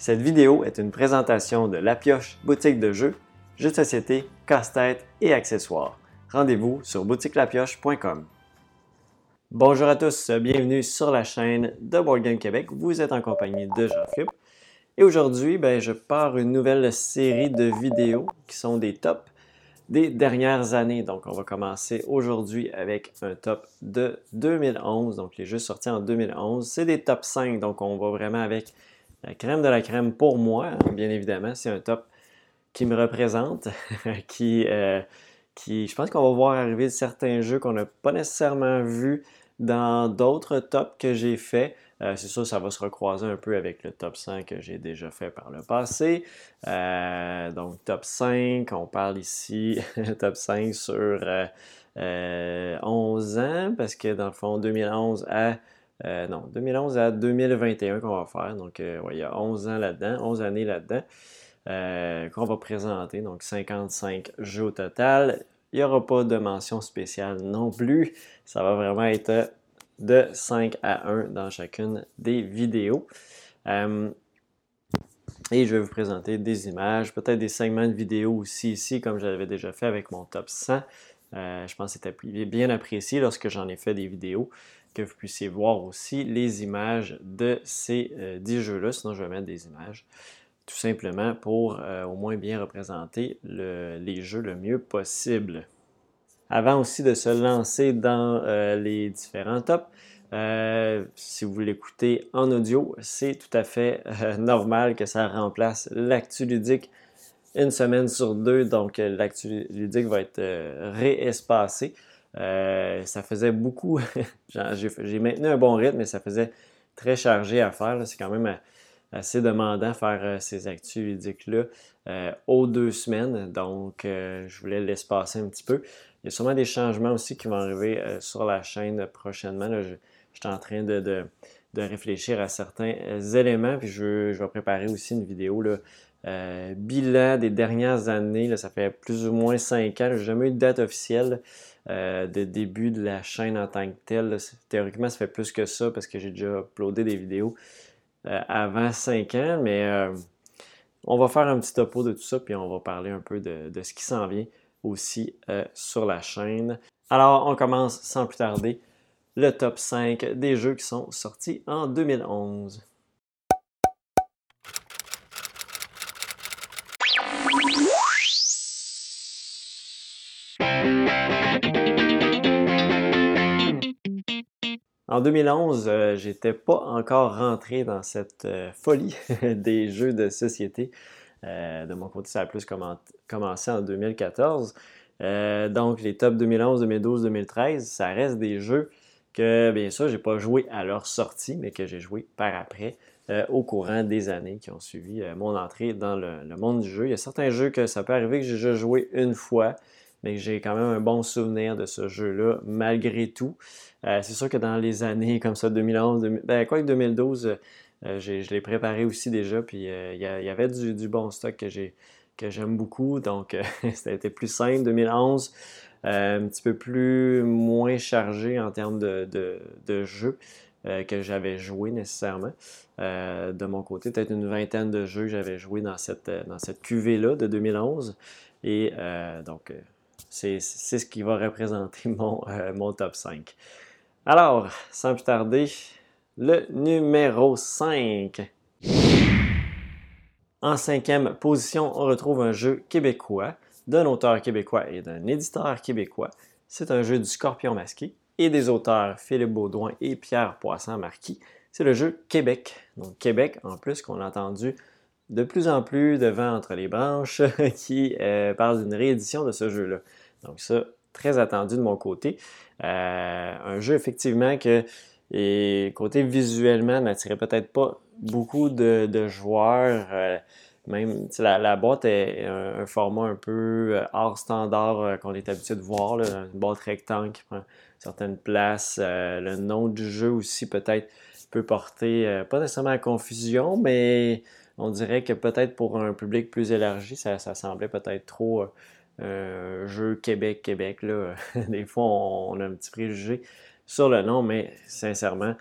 Cette vidéo est une présentation de La Pioche, boutique de jeux, jeux de société, casse-tête et accessoires. Rendez-vous sur boutiquelapioche.com. Bonjour à tous, bienvenue sur la chaîne de Board Game Québec. Vous êtes en compagnie de Jean-Philippe. Et aujourd'hui, je pars une nouvelle série de vidéos qui sont des tops des dernières années. Donc, on va commencer aujourd'hui avec un top de 2011, donc les jeux sortis en 2011. C'est des top 5, donc on va vraiment avec la crème de la crème pour moi, bien évidemment. C'est un top qui me représente, je pense qu'on va voir arriver certains jeux qu'on n'a pas nécessairement vus dans d'autres tops que j'ai faits. C'est sûr, ça va se recroiser un peu avec le top 100 que j'ai déjà fait par le passé. Donc, top 5, on parle ici, top 5 sur 11 ans, parce que dans le fond, 2011 à 2021 qu'on va faire. Donc, il y a 11 ans là-dedans, 11 années là-dedans. Qu'on va présenter, donc 55 jeux au total. Il n'y aura pas de mention spéciale non plus. Ça va vraiment être de 5 à 1 dans chacune des vidéos. Et je vais vous présenter des images, peut-être des segments de vidéos aussi ici, comme j'avais déjà fait avec mon top 100. Je pense que c'était bien apprécié lorsque j'en ai fait des vidéos, que vous puissiez voir aussi les images de ces 10 jeux-là. Sinon, je vais mettre des images tout simplement pour au moins bien représenter les jeux le mieux possible. Avant aussi de se lancer dans les différents tops, si vous l'écoutez en audio, c'est tout à fait normal que ça remplace l'actu ludique une semaine sur deux. Donc, l'actu ludique va être réespacé. Ça faisait beaucoup, j'ai maintenu un bon rythme, mais ça faisait très chargé à faire. C'est quand même assez demandant faire ces actus ludiques-là aux 2 semaines. Donc, je voulais l'espacer un petit peu. Il y a sûrement des changements aussi qui vont arriver sur la chaîne prochainement. Là, je suis en train de réfléchir à certains éléments. Puis je vais préparer aussi une vidéo là, bilan des dernières années. Là, ça fait plus ou moins 5 ans. Je n'ai jamais eu de date officielle de début de la chaîne en tant que telle. Là. Théoriquement, ça fait plus que ça parce que j'ai déjà uploadé des vidéos avant 5 ans. Mais on va faire un petit topo de tout ça. Puis on va parler un peu de ce qui s'en vient aussi sur la chaîne. Alors, on commence sans plus tarder le top 5 des jeux qui sont sortis en 2011. En 2011, j'étais pas encore rentré dans cette folie des jeux de société. De mon côté, ça a plus commencé en 2014. Donc, les tops 2011, 2012, 2013, ça reste des jeux que, bien sûr, j'ai pas joué à leur sortie, mais que j'ai joué par après au courant des années qui ont suivi mon entrée dans le monde du jeu. Il y a certains jeux que ça peut arriver que j'ai déjà joué une fois, mais que j'ai quand même un bon souvenir de ce jeu-là, malgré tout. C'est sûr que dans les années comme ça, 2011, 2012, je l'ai préparé aussi déjà, puis il y avait du bon stock que j'aime beaucoup, donc ça a été plus simple. 2011, un petit peu moins chargé en termes de jeux que j'avais joué nécessairement. De mon côté, peut-être une vingtaine de jeux que j'avais joué dans cette cuvée-là de 2011. Et donc, c'est ce qui va représenter mon top 5. Alors, sans plus tarder, le numéro 5. En 5e position, on retrouve un jeu québécois, d'un auteur québécois et d'un éditeur québécois. C'est un jeu du Scorpion masqué et des auteurs Philippe Baudouin et Pierre Poisson-Marquis. C'est le jeu Québec. Donc Québec, en plus, qu'on a entendu de plus en plus de vent entre les branches, qui parle d'une réédition de ce jeu-là. Donc ça, très attendu de mon côté. Un jeu, effectivement, que côté visuellement, n'attirait peut-être pas beaucoup de joueurs. Même la boîte est un format un peu hors standard qu'on est habitué de voir, là, une boîte rectangle qui prend certaines places. Le nom du jeu aussi peut-être peut porter, pas nécessairement à confusion, mais on dirait que peut-être pour un public plus élargi, ça semblait peut-être trop jeu Québec. Là. Des fois, on a un petit préjugé sur le nom, mais sincèrement,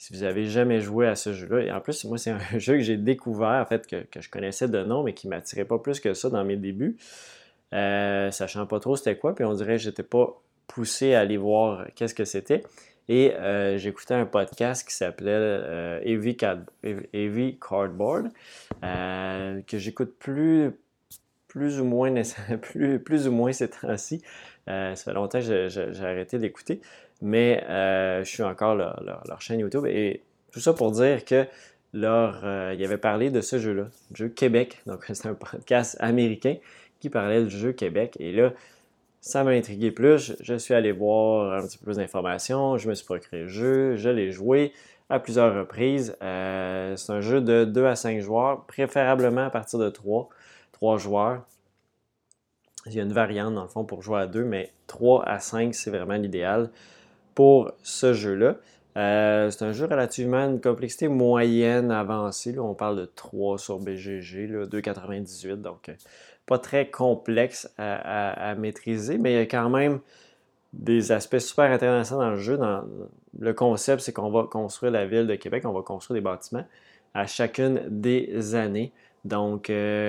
Si vous avez jamais joué à ce jeu-là, et en plus, moi, c'est un jeu que j'ai découvert, en fait, que je connaissais de nom, mais qui ne m'attirait pas plus que ça dans mes débuts, sachant pas trop c'était quoi, puis on dirait que j'étais pas poussé à aller voir qu'est-ce que c'était. Et j'écoutais un podcast qui s'appelait Heavy Cardboard, que j'écoute plus ou moins, plus ou moins ces temps-ci. Ça fait longtemps que j'ai arrêté d'écouter, mais je suis encore leur chaîne YouTube. Et tout ça pour dire que il avait parlé de ce jeu-là, le jeu Québec. Donc, c'est un podcast américain qui parlait du jeu Québec. Et là, ça m'a intrigué plus. Je suis allé voir un petit peu plus d'informations. Je me suis procuré le jeu. Je l'ai joué à plusieurs reprises. C'est un jeu de 2 à 5 joueurs, préférablement à partir de 3 joueurs. Il y a une variante dans le fond pour jouer à 2, mais 3 à 5, c'est vraiment l'idéal pour ce jeu-là. C'est un jeu relativement une complexité moyenne avancée. Là, on parle de 3 sur BGG, 2,98, donc pas très complexe à maîtriser, mais il y a quand même des aspects super intéressants dans le jeu. Le concept, c'est qu'on va construire la ville de Québec, on va construire des bâtiments à chacune des années, donc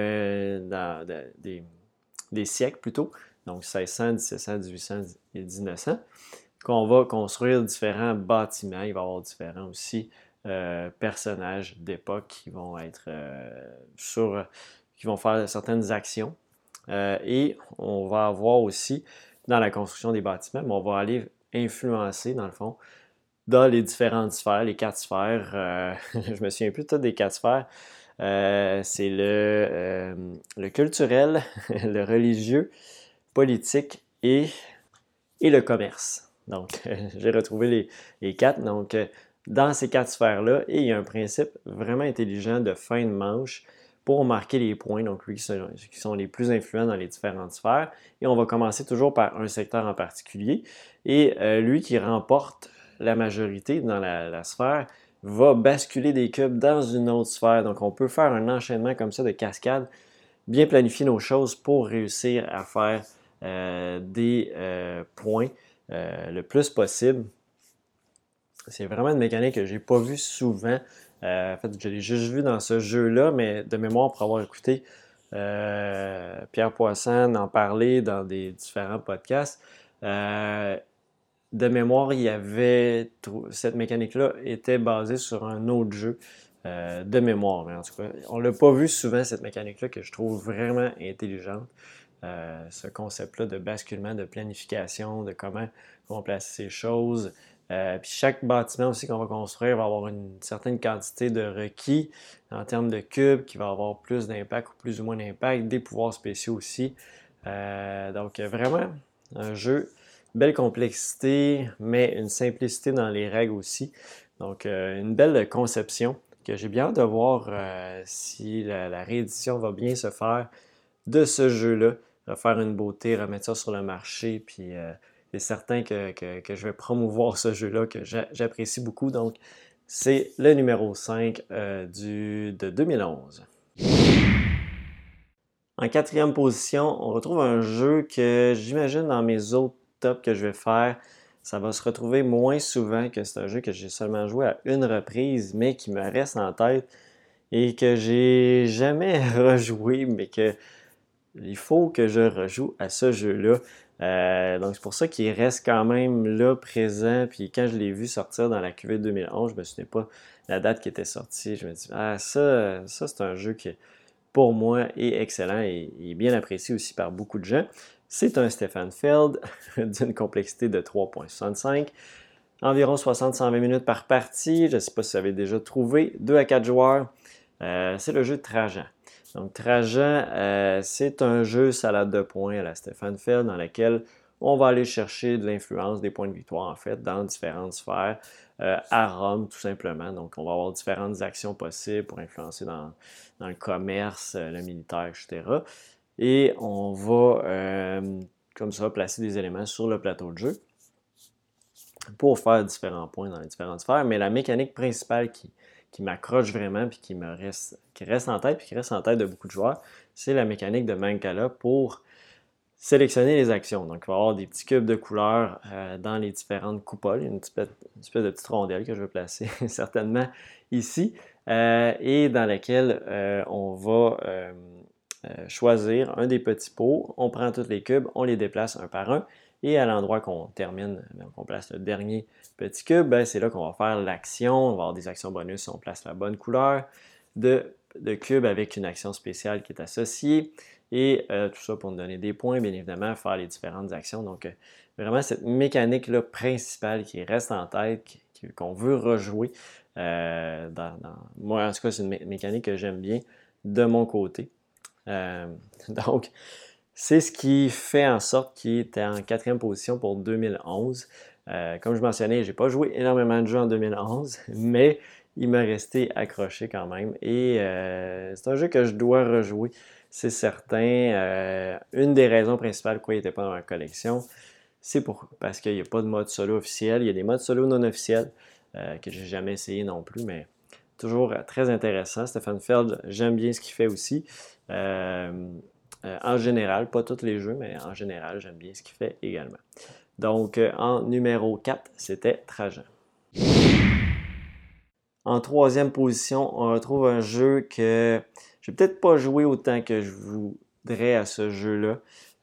des siècles plutôt, donc 1600, 1700, 1800 et 1900, qu'on va construire différents bâtiments. Il va y avoir différents aussi personnages d'époque qui vont être qui vont faire certaines actions. Et on va avoir aussi, dans la construction des bâtiments, mais on va aller influencer, dans le fond, dans les différentes sphères, les 4 sphères. Je me souviens plus toutes des 4 sphères. C'est le culturel, le religieux, politique et le commerce. Donc, j'ai retrouvé les 4. Donc, dans ces 4 sphères-là, et il y a un principe vraiment intelligent de fin de manche pour marquer les points, donc lui qui sont les plus influents dans les différentes sphères. Et on va commencer toujours par un secteur en particulier. Et lui qui remporte la majorité dans la sphère va basculer des cubes dans une autre sphère. Donc, on peut faire un enchaînement comme ça de cascade, bien planifier nos choses pour réussir à faire des points le plus possible. C'est vraiment une mécanique que je n'ai pas vue souvent. En fait, je l'ai juste vu dans ce jeu-là, mais de mémoire, pour avoir écouté Pierre Poisson en parler dans des différents podcasts, de mémoire, cette mécanique-là était basée sur un autre jeu de mémoire. Mais en tout cas, on ne l'a pas vu souvent, cette mécanique-là, que je trouve vraiment intelligente. Ce concept-là de basculement, de planification, de comment on va placer ces choses. Puis chaque bâtiment aussi qu'on va construire va avoir une certaine quantité de requis en termes de cubes qui va avoir plus d'impact ou plus ou moins d'impact, des pouvoirs spéciaux aussi. Donc vraiment un jeu, belle complexité, mais une simplicité dans les règles aussi. Donc une belle conception que j'ai bien hâte de voir si la réédition va bien se faire de ce jeu-là, refaire une beauté, remettre ça sur le marché, puis c'est certain que je vais promouvoir ce jeu-là que j'apprécie beaucoup. Donc, c'est le numéro 5 de 2011. En 4e position, on retrouve un jeu que j'imagine dans mes autres tops que je vais faire, ça va se retrouver moins souvent, que c'est un jeu que j'ai seulement joué à une reprise, mais qui me reste en tête et que j'ai jamais rejoué, mais que il faut que je rejoue à ce jeu-là. Donc, c'est pour ça qu'il reste quand même là, présent. Puis quand je l'ai vu sortir dans la QV 2011, je me souviens pas la date qui était sortie. Je me dis, ça c'est un jeu qui, pour moi, est excellent et bien apprécié aussi par beaucoup de gens. C'est un Stefan Feld d'une complexité de 3,65. Environ 60-120 minutes par partie. Je ne sais pas si vous avez déjà trouvé. 2 à 4 joueurs. C'est le jeu de Trajan. Donc, Trajan, c'est un jeu salade de points à la Stefan Feld dans lequel on va aller chercher de l'influence, des points de victoire en fait, dans différentes sphères, à Rome tout simplement. Donc, on va avoir différentes actions possibles pour influencer dans le commerce, le militaire, etc. Et on va, comme ça, placer des éléments sur le plateau de jeu pour faire différents points dans les différentes sphères. Mais la mécanique principale qui m'accroche vraiment puis qui reste en tête puis qui reste en tête de beaucoup de joueurs, c'est la mécanique de Mancala pour sélectionner les actions. Donc, il va y avoir des petits cubes de couleurs dans les différentes coupoles. Une espèce de petite rondelle que je vais placer certainement ici et dans laquelle on va choisir un des petits pots. On prend tous les cubes, on les déplace un par un et à l'endroit qu'on termine, qu'on place le dernier petit cube, c'est là qu'on va faire l'action. On va avoir des actions bonus si on place la bonne couleur de cube avec une action spéciale qui est associée. Et tout ça pour nous donner des points, bien évidemment, faire les différentes actions. Donc, vraiment, cette mécanique-là principale qui reste en tête, qu'on veut rejouer. Moi, en tout cas, c'est une mécanique que j'aime bien de mon côté. Donc, c'est ce qui fait en sorte qu'il était en 4e position pour 2011. Comme je mentionnais, je n'ai pas joué énormément de jeux en 2011, mais il m'a resté accroché quand même. Et c'est un jeu que je dois rejouer, c'est certain. Une des raisons principales pourquoi il n'était pas dans ma collection, c'est parce qu'il n'y a pas de mode solo officiel. Il y a des modes solo non officiels que j'ai jamais essayé non plus, mais toujours très intéressant. Stefan Feld, j'aime bien ce qu'il fait aussi. En général, pas tous les jeux, mais en général, j'aime bien ce qu'il fait également. Donc, en numéro 4, c'était Trajan. En 3e position, on retrouve un jeu que je n'ai peut-être pas joué autant que je voudrais à ce jeu-là.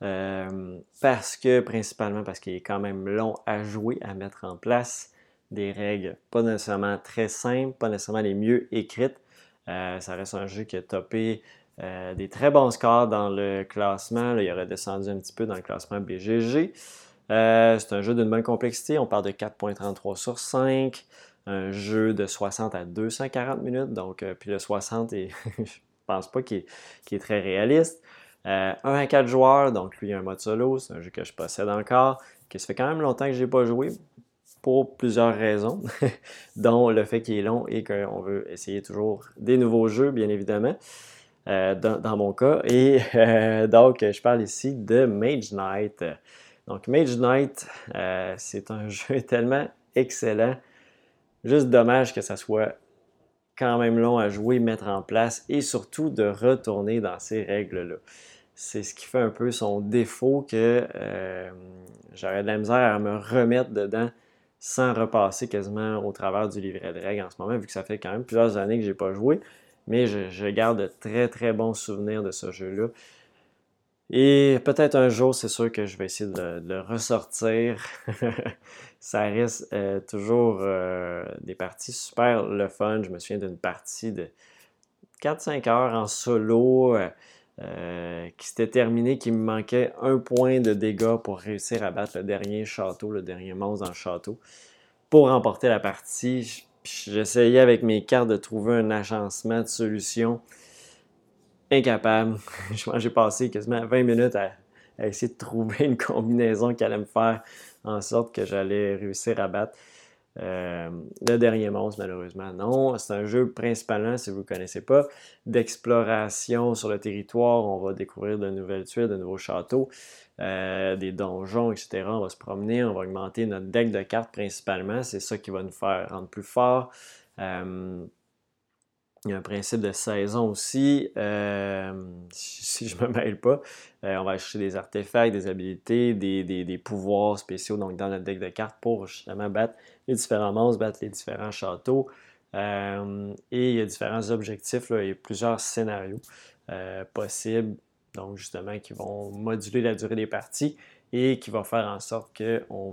Principalement parce qu'il est quand même long à jouer, à mettre en place des règles pas nécessairement très simples, pas nécessairement les mieux écrites. Ça reste un jeu qui a topé des très bons scores dans le classement. Là, il aurait descendu un petit peu dans le classement BGG. C'est un jeu d'une bonne complexité. On parle de 4.33 sur 5. Un jeu de 60 à 240 minutes. Donc, puis le 60, je pense pas qu'il est très réaliste. 1 à 4 joueurs, donc lui, il y a un mode solo. C'est un jeu que je possède encore, que ça fait quand même longtemps que je n'ai pas joué, pour plusieurs raisons, dont le fait qu'il est long et qu'on veut essayer toujours des nouveaux jeux, bien évidemment, dans mon cas. Et donc, je parle ici de Mage Knight. Donc, Mage Knight, c'est un jeu tellement excellent. Juste dommage que ça soit quand même long à jouer, mettre en place et surtout de retourner dans ces règles-là. C'est ce qui fait un peu son défaut que j'aurais de la misère à me remettre dedans sans repasser quasiment au travers du livret de règles en ce moment, vu que ça fait quand même plusieurs années que je n'ai pas joué. Mais je garde de très très bons souvenirs de ce jeu-là. Et peut-être un jour, c'est sûr que je vais essayer de le ressortir. Ça reste toujours des parties super le fun. Je me souviens d'une partie de 4-5 heures en solo qui s'était terminée, qui me manquait 1 point de dégâts pour réussir à battre le dernier château, le dernier monstre dans le château, pour remporter la partie. J'essayais avec mes cartes de trouver un agencement de solution. Incapable. J'ai passé quasiment 20 minutes à essayer de trouver une combinaison qui allait me faire en sorte que j'allais réussir à battre le dernier monstre, malheureusement. Non, c'est un jeu principalement, si vous ne le connaissez pas, d'exploration sur le territoire. On va découvrir de nouvelles tuiles, de nouveaux châteaux, des donjons, etc. On va se promener, on va augmenter notre deck de cartes principalement. C'est ça qui va nous faire rendre plus fort. Il y a un principe de saison aussi, si je ne me mêle pas. On va chercher des artefacts, des habilités, des pouvoirs spéciaux donc dans notre deck de cartes pour justement battre les différents monstres, battre les différents châteaux. Et il y a différents objectifs, là, il y a plusieurs scénarios possibles, donc justement qui vont moduler la durée des parties et qui vont faire en sorte qu'on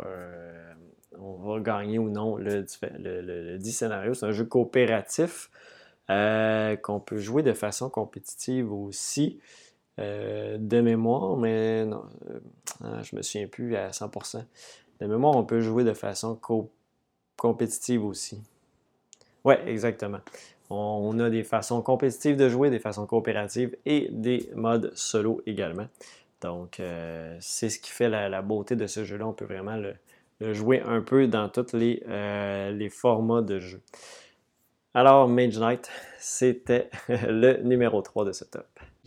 va gagner ou non le 10 scénarios. C'est un jeu coopératif qu'on peut jouer de façon compétitive aussi, de mémoire, mais non, je me souviens plus à 100%. De mémoire, on peut jouer de façon compétitive aussi. Oui, exactement. On a des façons compétitives de jouer, des façons coopératives et des modes solo également. Donc, c'est ce qui fait la beauté de ce jeu-là. On peut vraiment le jouer un peu dans tous les formats de jeu. Alors, Mage Knight, c'était le numéro 3 de ce top.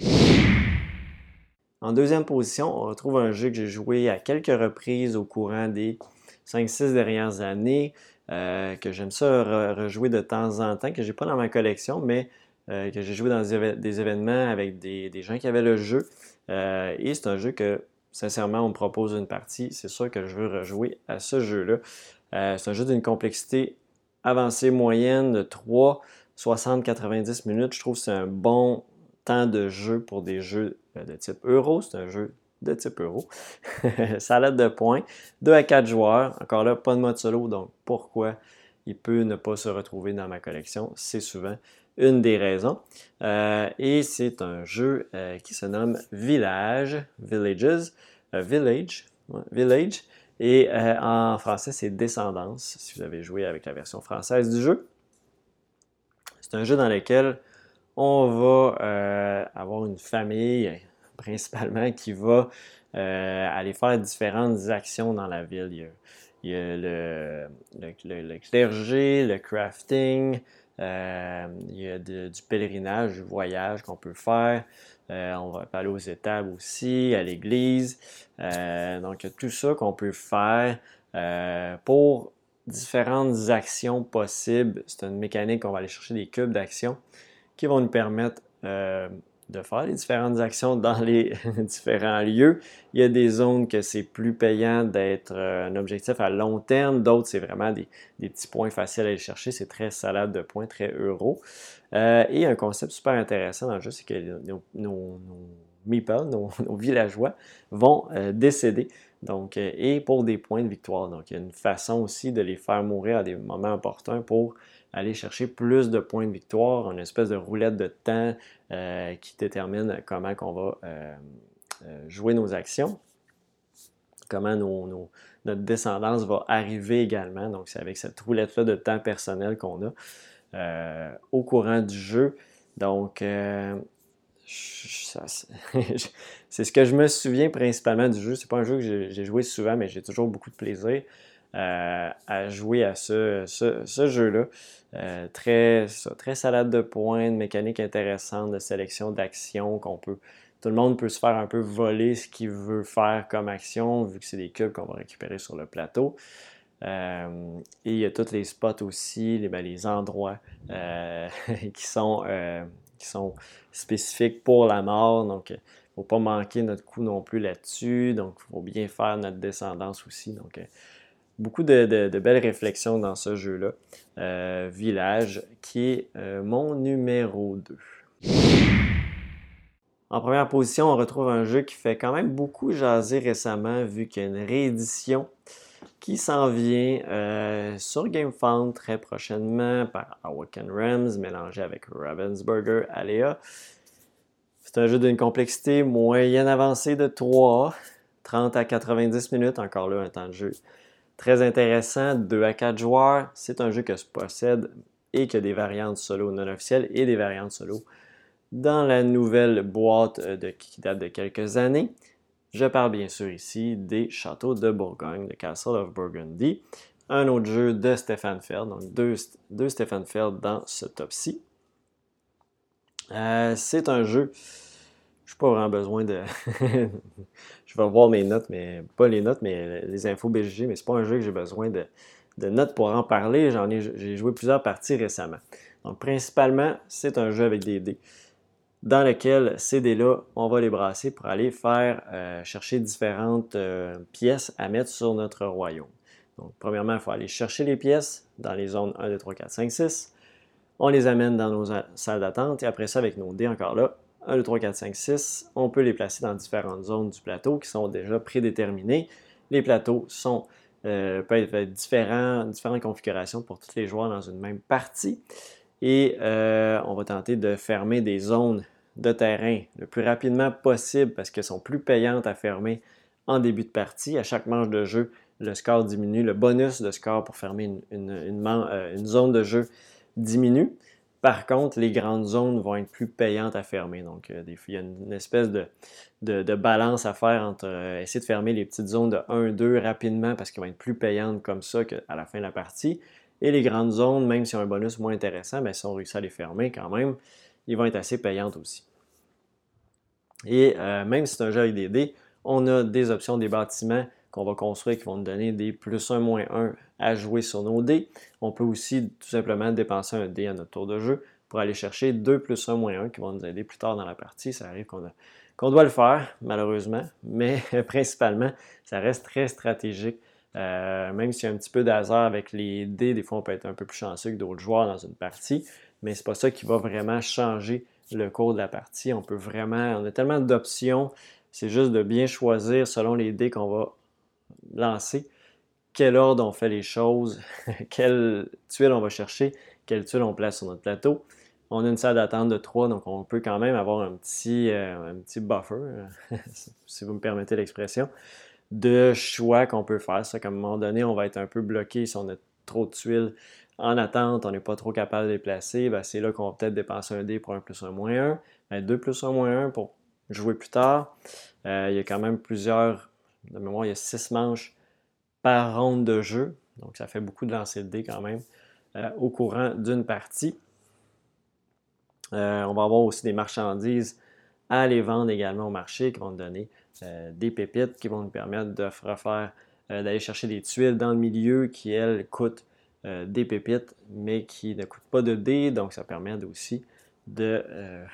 En 2e position, on retrouve un jeu que j'ai joué à quelques reprises au courant des 5-6 dernières années, que j'aime ça rejouer de temps en temps, que je n'ai pas dans ma collection, mais que j'ai joué dans des événements avec des gens qui avaient le jeu. Et c'est un jeu que, sincèrement, on me propose une partie. C'est sûr que je veux rejouer à ce jeu-là. C'est un jeu d'une complexité avancée moyenne de 3, 60, 90 minutes. Je trouve que c'est un bon temps de jeu pour des jeux de type euro. C'est un jeu de type euro. Salade de points. 2 à 4 joueurs. Encore là, pas de mode solo, donc pourquoi il peut ne pas se retrouver dans ma collection? C'est souvent une des raisons. Et c'est un jeu qui se nomme Village, Villages, Village, ouais, Village. Et en français, c'est Descendance, si vous avez joué avec la version française du jeu. C'est un jeu dans lequel on va avoir une famille, principalement, qui va aller faire différentes actions dans la ville. Il y a le clergé, le crafting, il y a du pèlerinage, du voyage qu'on peut faire. On va aller aux étables aussi, à l'église. Donc, il y a tout ça qu'on peut faire pour différentes actions possibles. C'est une mécanique, on va aller chercher des cubes d'action qui vont nous permettre de faire les différentes actions dans les différents lieux. Il y a des zones que c'est plus payant d'être un objectif à long terme, d'autres c'est vraiment des petits points faciles à aller chercher, c'est très salade de points, très euro. Et un concept super intéressant dans le jeu, c'est que nos meeples, nos villageois vont décéder. Donc, et pour des points de victoire. Donc, il y a une façon aussi de les faire mourir à des moments opportuns pour aller chercher plus de points de victoire, une espèce de roulette de temps qui détermine comment on va jouer nos actions, comment notre descendance va arriver également. Donc, c'est avec cette roulette-là de temps personnel qu'on a au courant du jeu. Donc, c'est ce que je me souviens principalement du jeu. C'est pas un jeu que j'ai joué souvent, mais j'ai toujours beaucoup de plaisir à jouer à ce jeu-là. Très salade de points, une mécanique intéressante de sélection d'actions tout le monde peut se faire un peu voler ce qu'il veut faire comme action, vu que c'est des cubes qu'on va récupérer sur le plateau. Et il y a tous les spots aussi, les endroits qui sont spécifiques pour la mort. Donc, il ne faut pas manquer notre coup non plus là-dessus. Donc, il faut bien faire notre descendance aussi. Donc, beaucoup de belles réflexions dans ce jeu-là. Village, qui est mon numéro 2. En première position, on retrouve un jeu qui fait quand même beaucoup jaser récemment, vu qu'il y a une réédition qui s'en vient sur GameFound très prochainement par Awaken Realms, mélangé avec Ravensburger Alea. C'est un jeu d'une complexité moyenne avancée de 3, 30 à 90 minutes, encore là un temps de jeu très intéressant, 2 à 4 joueurs. C'est un jeu que se possède et qui a des variantes solo non officielles et des variantes solo dans la nouvelle boîte qui date de quelques années. Je parle bien sûr ici des Châteaux de Bourgogne, le Castle of Burgundy, un autre jeu de Stefan Feld, donc deux Stefan Feld dans ce top-ci. C'est un jeu, je n'ai pas vraiment besoin de... je vais voir mes notes, mais pas les notes, mais les infos BGG, mais c'est pas un jeu que j'ai besoin de notes pour en parler. J'ai joué plusieurs parties récemment. Donc principalement, c'est un jeu avec des dés, dans lequel ces dés-là, on va les brasser pour aller faire chercher différentes pièces à mettre sur notre royaume. Donc, premièrement, il faut aller chercher les pièces dans les zones 1, 2, 3, 4, 5, 6. On les amène dans nos salles d'attente et après ça, avec nos dés encore là, 1, 2, 3, 4, 5, 6, on peut les placer dans différentes zones du plateau qui sont déjà prédéterminées. Les plateaux peuvent être différentes configurations pour tous les joueurs dans une même partie. Et on va tenter de fermer des zones de terrain le plus rapidement possible parce qu'elles sont plus payantes à fermer en début de partie. À chaque manche de jeu, le score diminue. Le bonus de score pour fermer une zone de jeu diminue. Par contre, les grandes zones vont être plus payantes à fermer. Donc, il y a une espèce de balance à faire entre essayer de fermer les petites zones de 1-2 rapidement parce qu'elles vont être plus payantes comme ça qu'à la fin de la partie. Et les grandes zones, même si ont un bonus moins intéressant, mais si on réussit à les fermer quand même, ils vont être assez payantes aussi. Et même si c'est un jeu avec des dés, on a des options des bâtiments qu'on va construire qui vont nous donner des +1, -1 à jouer sur nos dés. On peut aussi tout simplement dépenser un dé à notre tour de jeu pour aller chercher 2 plus 1 moins 1 qui vont nous aider plus tard dans la partie. Ça arrive qu'on doit le faire, malheureusement, mais principalement, ça reste très stratégique. Même s'il y a un petit peu d'hasard avec les dés, des fois on peut être un peu plus chanceux que d'autres joueurs dans une partie, mais c'est pas ça qui va vraiment changer le cours de la partie. On a tellement d'options, c'est juste de bien choisir selon les dés qu'on va lancer, quel ordre on fait les choses, quelle tuile on va chercher, quelle tuile on place sur notre plateau. On a une salle d'attente de 3, donc on peut quand même avoir un petit buffer, si vous me permettez l'expression, de choix qu'on peut faire. Ça, comme à un moment donné, on va être un peu bloqué si on a trop de tuiles en attente, on n'est pas trop capable de les placer, ben c'est là qu'on va peut-être dépenser un dé pour 1 plus 1 moins 1, 2 plus 1 moins 1 pour jouer plus tard. Il y a quand même de mémoire, il y a 6 manches par ronde de jeu, donc ça fait beaucoup de lancer de dés quand même au courant d'une partie. On va avoir aussi des marchandises à les vendre également au marché qui vont nous donner des pépites qui vont nous permettre d'aller chercher des tuiles dans le milieu qui, elles, coûtent des pépites, mais qui ne coûtent pas de dés, donc ça permet aussi de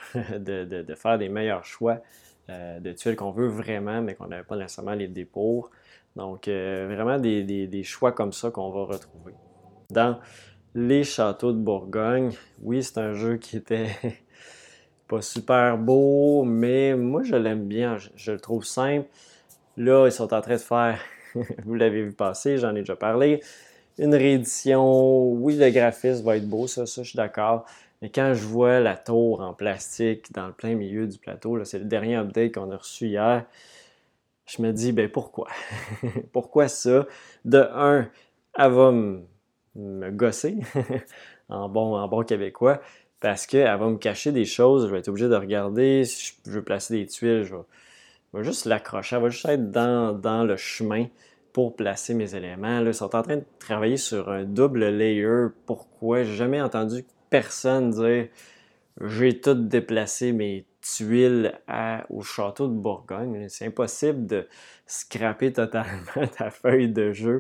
faire des meilleurs choix de tuiles qu'on veut vraiment, mais qu'on n'avait pas nécessairement les dés pour. Donc, vraiment des choix comme ça qu'on va retrouver. Dans les châteaux de Bourgogne, oui, c'est un jeu qui était pas super beau, mais moi, je l'aime bien. Je le trouve simple. Là, ils sont en train de faire, vous l'avez vu passer, j'en ai déjà parlé, une réédition. Oui, le graphisme va être beau, ça je suis d'accord. Mais quand je vois la tour en plastique dans le plein milieu du plateau, c'est le dernier update qu'on a reçu hier, je me dis, ben pourquoi? Pourquoi ça? De un, elle va me gosser en bon québécois, parce qu'elle va me cacher des choses, je vais être obligé de regarder, si je veux placer des tuiles, je vais juste l'accrocher, elle va juste être dans le chemin pour placer mes éléments. Là, ils sont en train de travailler sur un double layer. Pourquoi? J'ai jamais entendu personne dire j'ai tout déplacé mes tuiles au château de Bourgogne. C'est impossible de scraper totalement ta feuille de jeu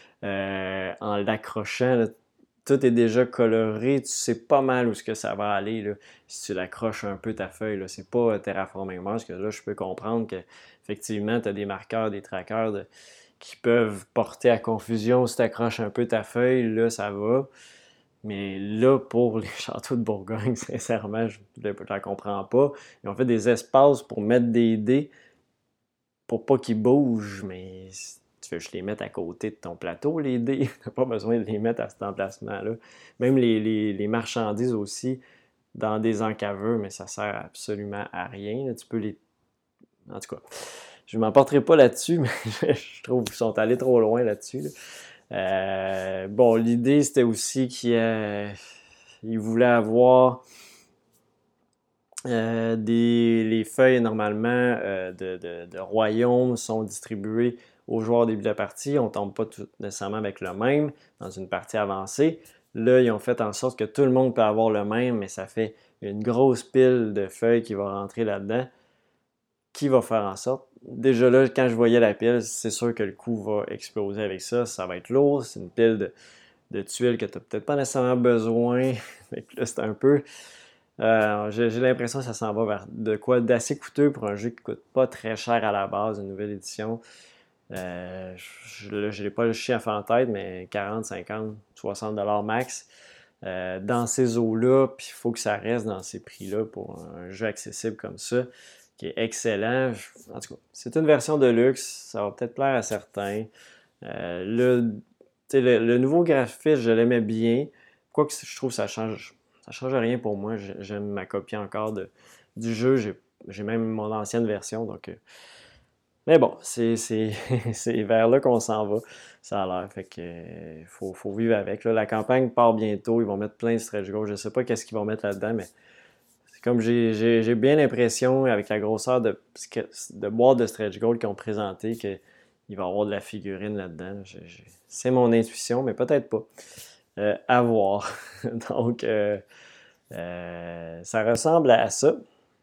en l'accrochant. Là. Tout est déjà coloré, tu sais pas mal où ce que ça va aller là, si tu l'accroches un peu ta feuille. Là. C'est pas Terraforming Mars que là, je peux comprendre que effectivement, tu as des marqueurs, des trackers qui peuvent porter à confusion si tu accroches un peu ta feuille, là, ça va. Mais là, pour les châteaux de Bourgogne, sincèrement, je ne comprends pas. Ils ont fait des espaces pour mettre des dés pour pas qu'ils bougent, mais tu veux juste les mettre à côté de ton plateau, les dés. Tu n'as pas besoin de les mettre à cet emplacement-là. Même les marchandises aussi, dans des encaveurs, mais ça sert absolument à rien. Là. Tu peux les... En tout cas, je ne m'emporterai pas là-dessus, mais je trouve qu'ils sont allés trop loin là-dessus. Bon, l'idée, c'était aussi qu'ils voulaient avoir les feuilles, normalement, de royaume sont distribuées aux joueurs au début de la partie. On ne tombe pas nécessairement avec le même dans une partie avancée. Là, ils ont fait en sorte que tout le monde peut avoir le même, mais ça fait une grosse pile de feuilles qui va rentrer là-dedans, qui va faire en sorte. Déjà là, quand je voyais la pile, c'est sûr que le coup va exploser avec ça. Ça va être lourd. C'est une pile de tuiles que tu n'as peut-être pas nécessairement besoin. Mais là, c'est un peu... j'ai l'impression que ça s'en va vers de quoi d'assez coûteux pour un jeu qui ne coûte pas très cher à la base, une nouvelle édition. Je n'ai pas le chiffre en tête, mais 40, 50, 60 $ max. Dans ces eaux-là, puis il faut que ça reste dans ces prix-là pour un jeu accessible comme ça, qui est excellent. En tout cas, c'est une version de luxe, ça va peut-être plaire à certains. Le nouveau graphisme, je l'aimais bien. Quoique je trouve que ça change rien pour moi. J'aime ma copie encore du jeu. J'ai même mon ancienne version, donc... Mais bon, c'est vers là qu'on s'en va, ça a l'air. Fait que faut vivre avec. Là, la campagne part bientôt, ils vont mettre plein de stretch goals. Je ne sais pas qu'est-ce qu'ils vont mettre là-dedans, mais c'est comme j'ai bien l'impression, avec la grosseur de boîte de stretch goals qu'ils ont présenté, qu'il va y avoir de la figurine là-dedans. C'est mon intuition, mais peut-être pas. À voir. Donc, ça ressemble à ça.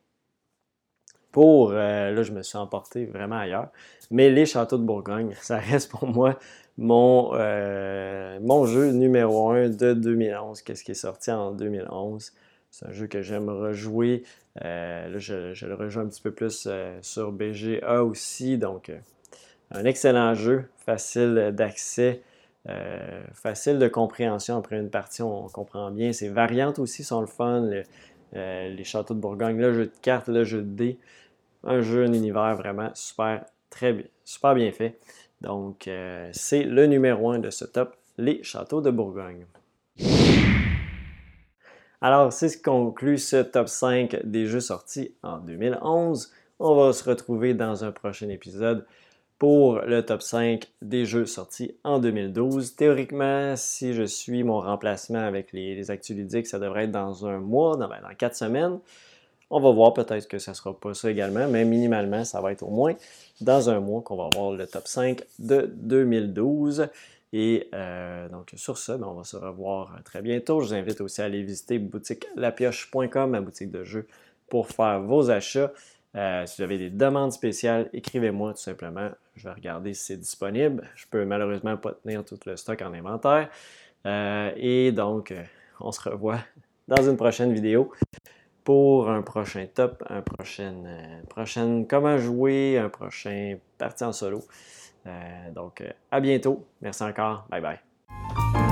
Là, je me suis emporté vraiment ailleurs. Mais les châteaux de Bourgogne, ça reste pour moi mon jeu numéro 1 de 2011. Qu'est-ce qui est sorti en 2011? C'est un jeu que j'aime rejouer. Là, je le rejoue un petit peu plus sur BGA aussi. Donc, un excellent jeu, facile d'accès, facile de compréhension. Après une partie, on comprend bien. Ses variantes aussi sont le fun. Les châteaux de Bourgogne, le jeu de cartes, le jeu de dés. Un jeu, un univers vraiment super, super bien fait. Donc, c'est le numéro 1 de ce top, les châteaux de Bourgogne. Alors, c'est ce qui conclut ce top 5 des jeux sortis en 2011. On va se retrouver dans un prochain épisode pour le top 5 des jeux sortis en 2012. Théoriquement, si je suis mon remplacement avec les actus ludiques, ça devrait être dans un mois, dans 4 semaines. On va voir, peut-être que ça ne sera pas ça également, mais minimalement, ça va être au moins dans un mois qu'on va avoir le top 5 de 2012. Et donc, sur ce, on va se revoir très bientôt. Je vous invite aussi à aller visiter boutiquelapioche.com, ma boutique de jeux, pour faire vos achats. Si vous avez des demandes spéciales, écrivez-moi tout simplement. Je vais regarder si c'est disponible. Je peux malheureusement pas tenir tout le stock en inventaire. Et donc, on se revoit dans une prochaine vidéo pour un prochain top, un prochain comment jouer, un prochain partie en solo. Donc, à bientôt. Merci encore. Bye bye.